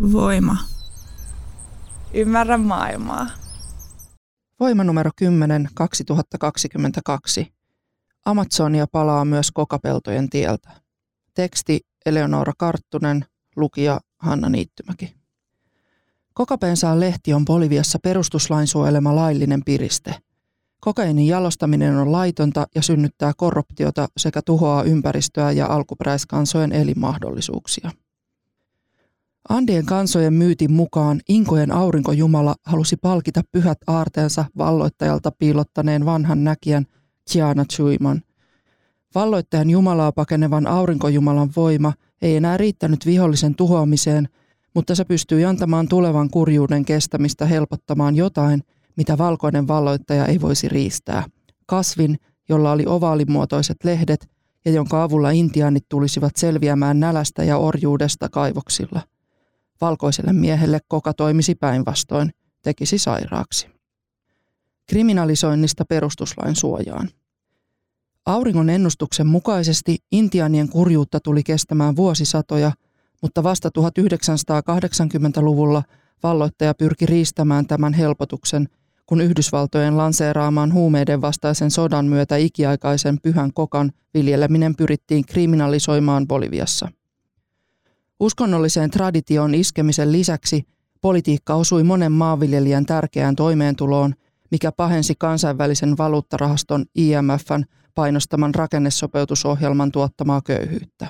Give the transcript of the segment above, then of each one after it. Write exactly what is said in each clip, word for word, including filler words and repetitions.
Voima. Ymmärrä maailmaa. Voima numero kymmenen kaksituhattakaksikymmentäkaksi. Amazonia palaa myös kokapeltojen tieltä. Teksti Eleonora Karttunen, lukija Hanna Niittymäki. Kokapensaan lehti on Boliviassa perustuslain suojelema laillinen piriste. Kokainin jalostaminen on laitonta ja synnyttää korruptiota sekä tuhoaa ympäristöä ja alkuperäiskansojen elinmahdollisuuksia. Andien kansojen myytin mukaan Inkojen aurinkojumala halusi palkita pyhät aarteensa valloittajalta piilottaneen vanhan näkijän Tiana Chuiman. Valloittajan jumalaa pakenevan aurinkojumalan voima ei enää riittänyt vihollisen tuhoamiseen, mutta se pystyi antamaan tulevan kurjuuden kestämistä helpottamaan jotain, mitä valkoinen valloittaja ei voisi riistää. Kasvin, jolla oli ovaalimuotoiset lehdet ja jonka avulla intiaanit tulisivat selviämään nälästä ja orjuudesta kaivoksilla. Valkoiselle miehelle koka toimisi päinvastoin, tekisi sairaaksi. Kriminalisoinnista perustuslain suojaan. Auringon ennustuksen mukaisesti intiaanien kurjuutta tuli kestämään vuosisatoja, mutta vasta tuhatyhdeksänsataakahdeksankymmentäluvulla valloittaja pyrki riistämään tämän helpotuksen, kun Yhdysvaltojen lanseeraamaan huumeiden vastaisen sodan myötä ikiaikaisen pyhän kokan viljeleminen pyrittiin kriminalisoimaan Boliviassa. Uskonnolliseen traditioon iskemisen lisäksi politiikka osui monen maanviljelijän tärkeään toimeentuloon, mikä pahensi kansainvälisen valuuttarahaston I M F:n painostaman rakennesopeutusohjelman tuottamaa köyhyyttä.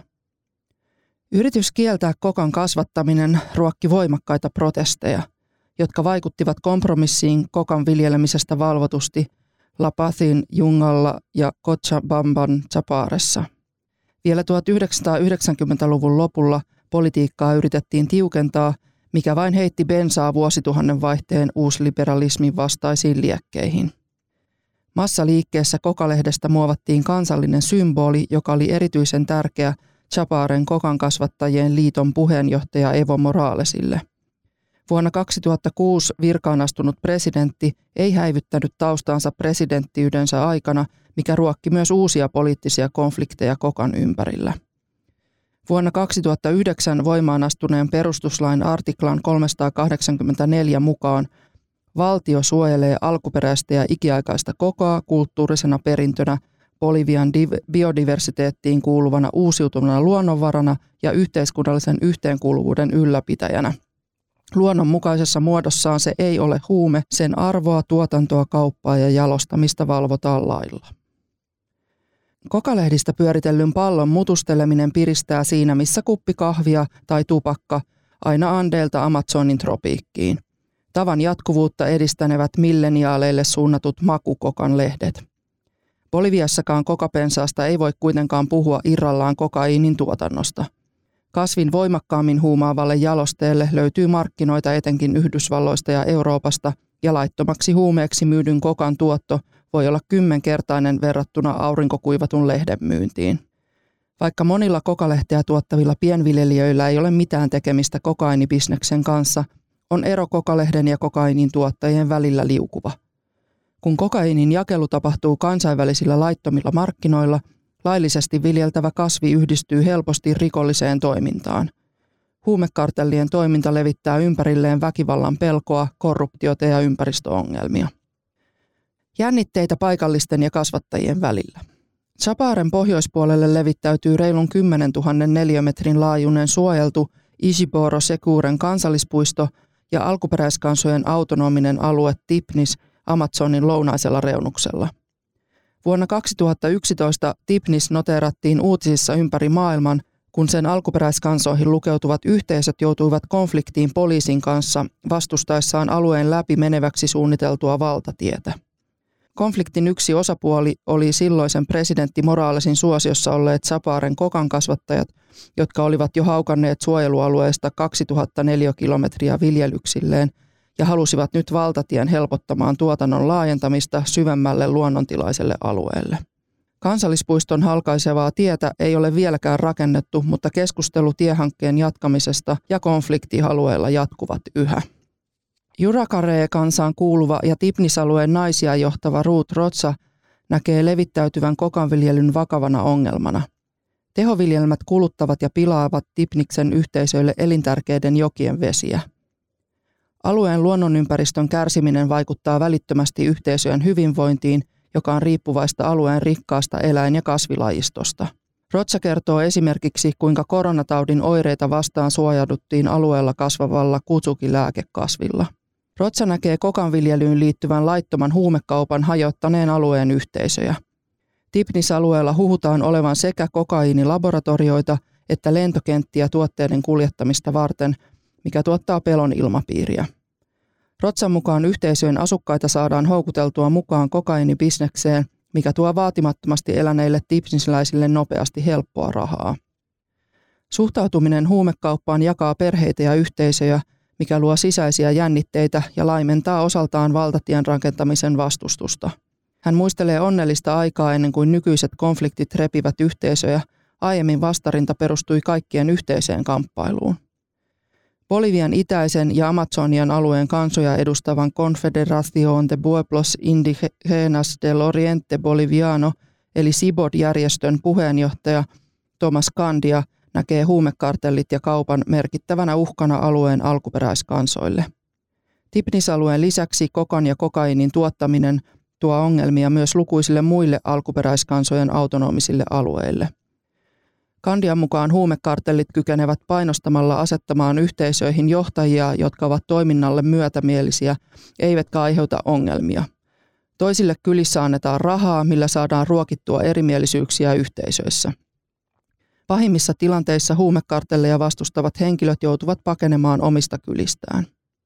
Yritys kieltää kokan kasvattaminen ruokki voimakkaita protesteja, jotka vaikuttivat kompromissiin kokan viljelemisestä valvotusti La Pazin Jungalla ja Cochabamban Chaparessa. Vielä tuhatyhdeksänsataayhdeksänkymmentäluvun lopulla politiikkaa yritettiin tiukentaa, mikä vain heitti bensaa vuosituhannen vaihteen uusliberalismin vastaisiin liekkeihin. Massaliikkeessä kokalehdestä muovattiin kansallinen symboli, joka oli erityisen tärkeä Chaparen kokankasvattajien liiton puheenjohtaja Evo Moralesille. Vuonna kaksituhattakuusi virkaan astunut presidentti ei häivyttänyt taustaansa presidenttiydensä aikana, mikä ruokki myös uusia poliittisia konflikteja kokan ympärillä. Vuonna kaksituhattayhdeksän voimaan astuneen perustuslain artiklan kolmesataakahdeksankymmentäneljä mukaan valtio suojelee alkuperäistä ja ikiaikaista kokoa kulttuurisena perintönä, Bolivian biodiversiteettiin kuuluvana uusiutuvana luonnonvarana ja yhteiskunnallisen yhteenkuuluvuuden ylläpitäjänä. Luonnonmukaisessa muodossaan se ei ole huume, sen arvoa, tuotantoa, kauppaa ja jalostamista valvotaan lailla. Kokalehdistä pyöritellyn pallon mutusteleminen piristää siinä, missä kuppi kahvia tai tupakka, aina Andeilta Amazonin tropiikkiin. Tavan jatkuvuutta edistänevät milleniaaleille suunnatut makukokan lehdet. Boliviassakaan kokapensaasta ei voi kuitenkaan puhua irrallaan kokaiinin tuotannosta. Kasvin voimakkaammin huumaavalle jalosteelle löytyy markkinoita etenkin Yhdysvalloista ja Euroopasta, ja laittomaksi huumeeksi myydyn kokan tuotto voi olla kymmenkertainen verrattuna aurinkokuivatun lehden myyntiin. Vaikka monilla kokalehteä tuottavilla pienviljelijöillä ei ole mitään tekemistä kokainibisneksen kanssa, on ero kokalehden ja kokainin tuottajien välillä liukuva. Kun kokainin jakelu tapahtuu kansainvälisillä laittomilla markkinoilla, laillisesti viljeltävä kasvi yhdistyy helposti rikolliseen toimintaan. Huumekartellien toiminta levittää ympärilleen väkivallan pelkoa, korruptiota ja ympäristöongelmia. Jännitteitä paikallisten ja kasvattajien välillä. Chaparen pohjoispuolelle levittäytyy reilun kymmenentuhannen neliömetrin laajuinen suojeltu Isiboro Securen kansallispuisto ja alkuperäiskansojen autonominen alue Tipnis Amazonin lounaisella reunuksella. Vuonna kaksituhattayksitoista Tipnis noteerattiin uutisissa ympäri maailman, kun sen alkuperäiskansoihin lukeutuvat yhteisöt joutuivat konfliktiin poliisin kanssa vastustaessaan alueen läpi meneväksi suunniteltua valtatietä. Konfliktin yksi osapuoli oli silloisen presidentti Moralesin suosiossa olleet Chaparen kokan kasvattajat, jotka olivat jo haukanneet suojelualueesta kaksituhatta neliökilometriä viljelyksilleen ja halusivat nyt valtatien helpottamaan tuotannon laajentamista syvemmälle luonnontilaiselle alueelle. Kansallispuiston halkaisevaa tietä ei ole vieläkään rakennettu, mutta keskustelu tiehankkeen jatkamisesta ja konfliktialueella jatkuvat yhä. Yurakaree-kansaan kuuluva ja Tipnis-alueen naisia johtava Ruth Rocha näkee levittäytyvän kokanviljelyn vakavana ongelmana. Tehoviljelmät kuluttavat ja pilaavat Dibniksen yhteisöille elintärkeiden jokien vesiä. Alueen luonnonympäristön kärsiminen vaikuttaa välittömästi yhteisöjen hyvinvointiin, joka on riippuvaista alueen rikkaasta eläin- ja kasvilajistosta. Roza kertoo esimerkiksi, kuinka koronataudin oireita vastaan suojauduttiin alueella kasvavalla kutsuki-lääkekasvilla. Roza näkee kokanviljelyyn liittyvän laittoman huumekaupan hajottaneen alueen yhteisöjä. Dibnis-alueella huhutaan olevan sekä kokaiinilaboratorioita että lentokenttiä tuotteiden kuljettamista varten, mikä tuottaa pelon ilmapiiriä. Rozan mukaan yhteisöjen asukkaita saadaan houkuteltua mukaan kokainibisnekseen, mikä tuo vaatimattomasti eläneille dibnisläisille nopeasti helppoa rahaa. Suhtautuminen huumekauppaan jakaa perheitä ja yhteisöjä, mikä luo sisäisiä jännitteitä ja laimentaa osaltaan valtatien rakentamisen vastustusta. Hän muistelee onnellista aikaa ennen kuin nykyiset konfliktit repivät yhteisöjä. Aiemmin vastarinta perustui kaikkien yhteiseen kamppailuun. Bolivian itäisen ja Amazonian alueen kansoja edustavan Confederación de Pueblos Indígenas del Oriente Boliviano eli C I B O D-järjestön puheenjohtaja Thomas Candia näkee huumekartellit ja kaupan merkittävänä uhkana alueen alkuperäiskansoille. Dibnis-alueen lisäksi kokan ja kokainin tuottaminen tuo ongelmia myös lukuisille muille alkuperäiskansojen autonomisille alueille. Candian mukaan huumekartellit kykenevät painostamalla asettamaan yhteisöihin johtajia, jotka ovat toiminnalle myötämielisiä, eivätkä aiheuta ongelmia. Toisille kylissä annetaan rahaa, millä saadaan ruokittua erimielisyyksiä yhteisöissä. Pahimmissa tilanteissa huumekartelleja vastustavat henkilöt joutuvat pakenemaan omista kylistään.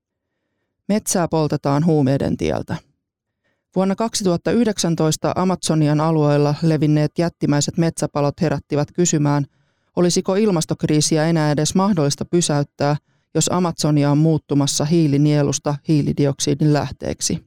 Metsää poltetaan huumeiden tieltä. Vuonna kaksituhattayhdeksäntoista Amazonian alueella levinneet jättimäiset metsäpalot herättivät kysymään, olisiko ilmastokriisiä enää edes mahdollista pysäyttää, jos Amazonia on muuttumassa hiilinielusta hiilidioksidin lähteeksi.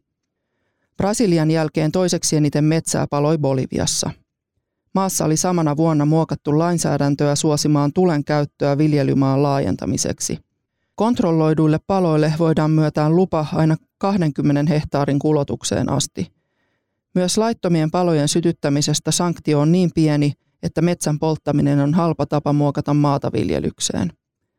Brasilian jälkeen toiseksi eniten metsää paloi Boliviassa. Maassa oli samana vuonna muokattu lainsäädäntöä suosimaan tulen käyttöä viljelymaan laajentamiseksi. Kontrolloiduille paloille voidaan myöntää lupa aina kaksikymmentä hehtaarin kulotukseen asti. Myös laittomien palojen sytyttämisestä sanktio on niin pieni, että metsän polttaminen on halpa tapa muokata maata viljelykseen.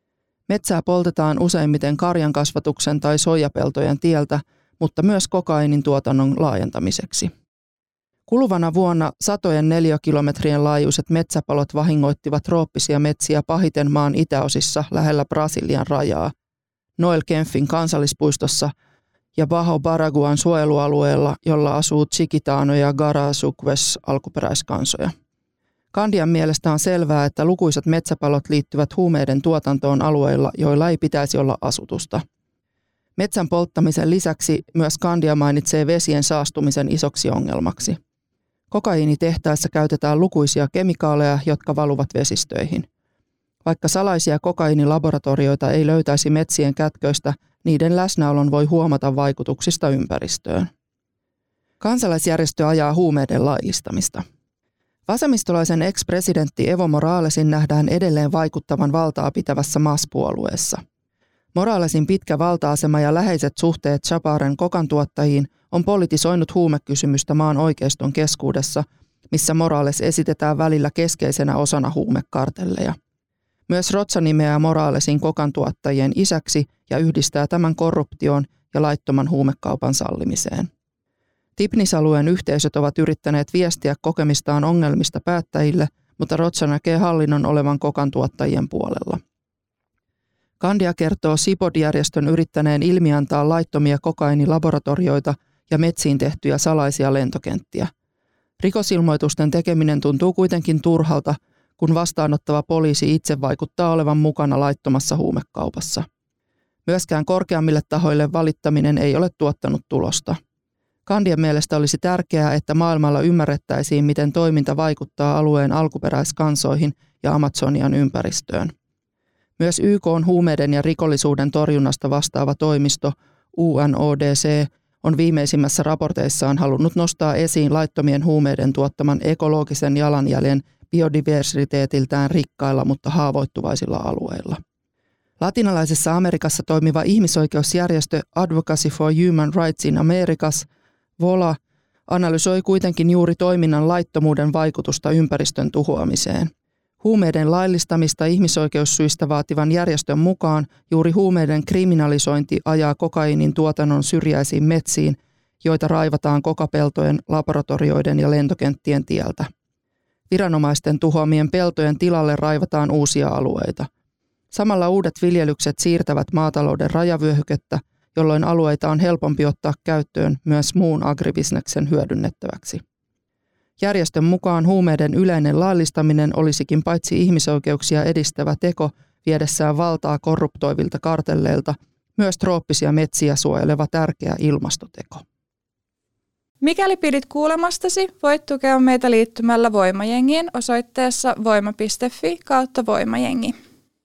Metsää poltetaan useimmiten karjan kasvatuksen tai soijapeltojen tieltä, mutta myös kokainin tuotannon laajentamiseksi. Kuluvana vuonna satojen neliökilometrien laajuiset metsäpalot vahingoittivat trooppisia metsiä pahiten maan itäosissa lähellä Brasilian rajaa, Noel Kempfin kansallispuistossa ja Bajo Baraguan suojelualueella, jolla asuu Chiquitano ja Guarasuques alkuperäiskansoja. Candian mielestä on selvää, että lukuisat metsäpalot liittyvät huumeiden tuotantoon alueilla, joilla ei pitäisi olla asutusta. Metsän polttamisen lisäksi myös Candia mainitsee vesien saastumisen isoksi ongelmaksi. Kokaiinitehtaissa käytetään lukuisia kemikaaleja, jotka valuvat vesistöihin. Vaikka salaisia kokaiinilaboratorioita ei löytäisi metsien kätköistä, niiden läsnäolon voi huomata vaikutuksista ympäristöön. Kansalaisjärjestö ajaa huumeiden laillistamista. Vasemmistolaisen ex-presidentti Evo Moralesin nähdään edelleen vaikuttavan valtaa pitävässä M A S-puolueessa. Moralesin pitkä valta-asema ja läheiset suhteet Chaparen kokantuottajiin on politisoinut huumekysymystä maan oikeiston keskuudessa, missä Morales esitetään välillä keskeisenä osana huumekartelleja. Myös Roza nimeää Moralesin kokantuottajien isäksi ja yhdistää tämän korruptioon ja laittoman huumekaupan sallimiseen. Dibnis-alueen yhteisöt ovat yrittäneet viestiä kokemistaan ongelmista päättäjille, mutta Roza näkee hallinnon olevan kokantuottajien puolella. Candia kertoo C I B O D-järjestön yrittäneen ilmiantaa laittomia kokainilaboratorioita ja metsiin tehtyjä salaisia lentokenttiä. Rikosilmoitusten tekeminen tuntuu kuitenkin turhalta, kun vastaanottava poliisi itse vaikuttaa olevan mukana laittomassa huumekaupassa. Myöskään korkeammille tahoille valittaminen ei ole tuottanut tulosta. Candian mielestä olisi tärkeää, että maailmalla ymmärrettäisiin, miten toiminta vaikuttaa alueen alkuperäiskansoihin ja Amazonian ympäristöön. Myös Y K:n huumeiden ja rikollisuuden torjunnasta vastaava toimisto U N O D C on viimeisimmässä raporteissaan halunnut nostaa esiin laittomien huumeiden tuottaman ekologisen jalanjäljen biodiversiteetiltään rikkailla, mutta haavoittuvaisilla alueilla. Latinalaisessa Amerikassa toimiva ihmisoikeusjärjestö Advocacy for Human Rights in Americas, V O L A, analysoi kuitenkin juuri toiminnan laittomuuden vaikutusta ympäristön tuhoamiseen. Huumeiden laillistamista ihmisoikeussyistä vaativan järjestön mukaan juuri huumeiden kriminalisointi ajaa kokaiinin tuotannon syrjäisiin metsiin, joita raivataan kokapeltojen, laboratorioiden ja lentokenttien tieltä. Viranomaisten tuhoamien peltojen tilalle raivataan uusia alueita. Samalla uudet viljelykset siirtävät maatalouden rajavyöhykettä, jolloin alueita on helpompi ottaa käyttöön myös muun agribisneksen hyödynnettäväksi. Järjestön mukaan huumeiden yleinen laillistaminen olisikin paitsi ihmisoikeuksia edistävä teko viedessään valtaa korruptoivilta kartelleilta, myös trooppisia metsiä suojeleva tärkeä ilmastoteko. Mikäli pidit kuulemastasi, voit tukea meitä liittymällä Voimajengiin osoitteessa voima piste fi kautta voimajengi.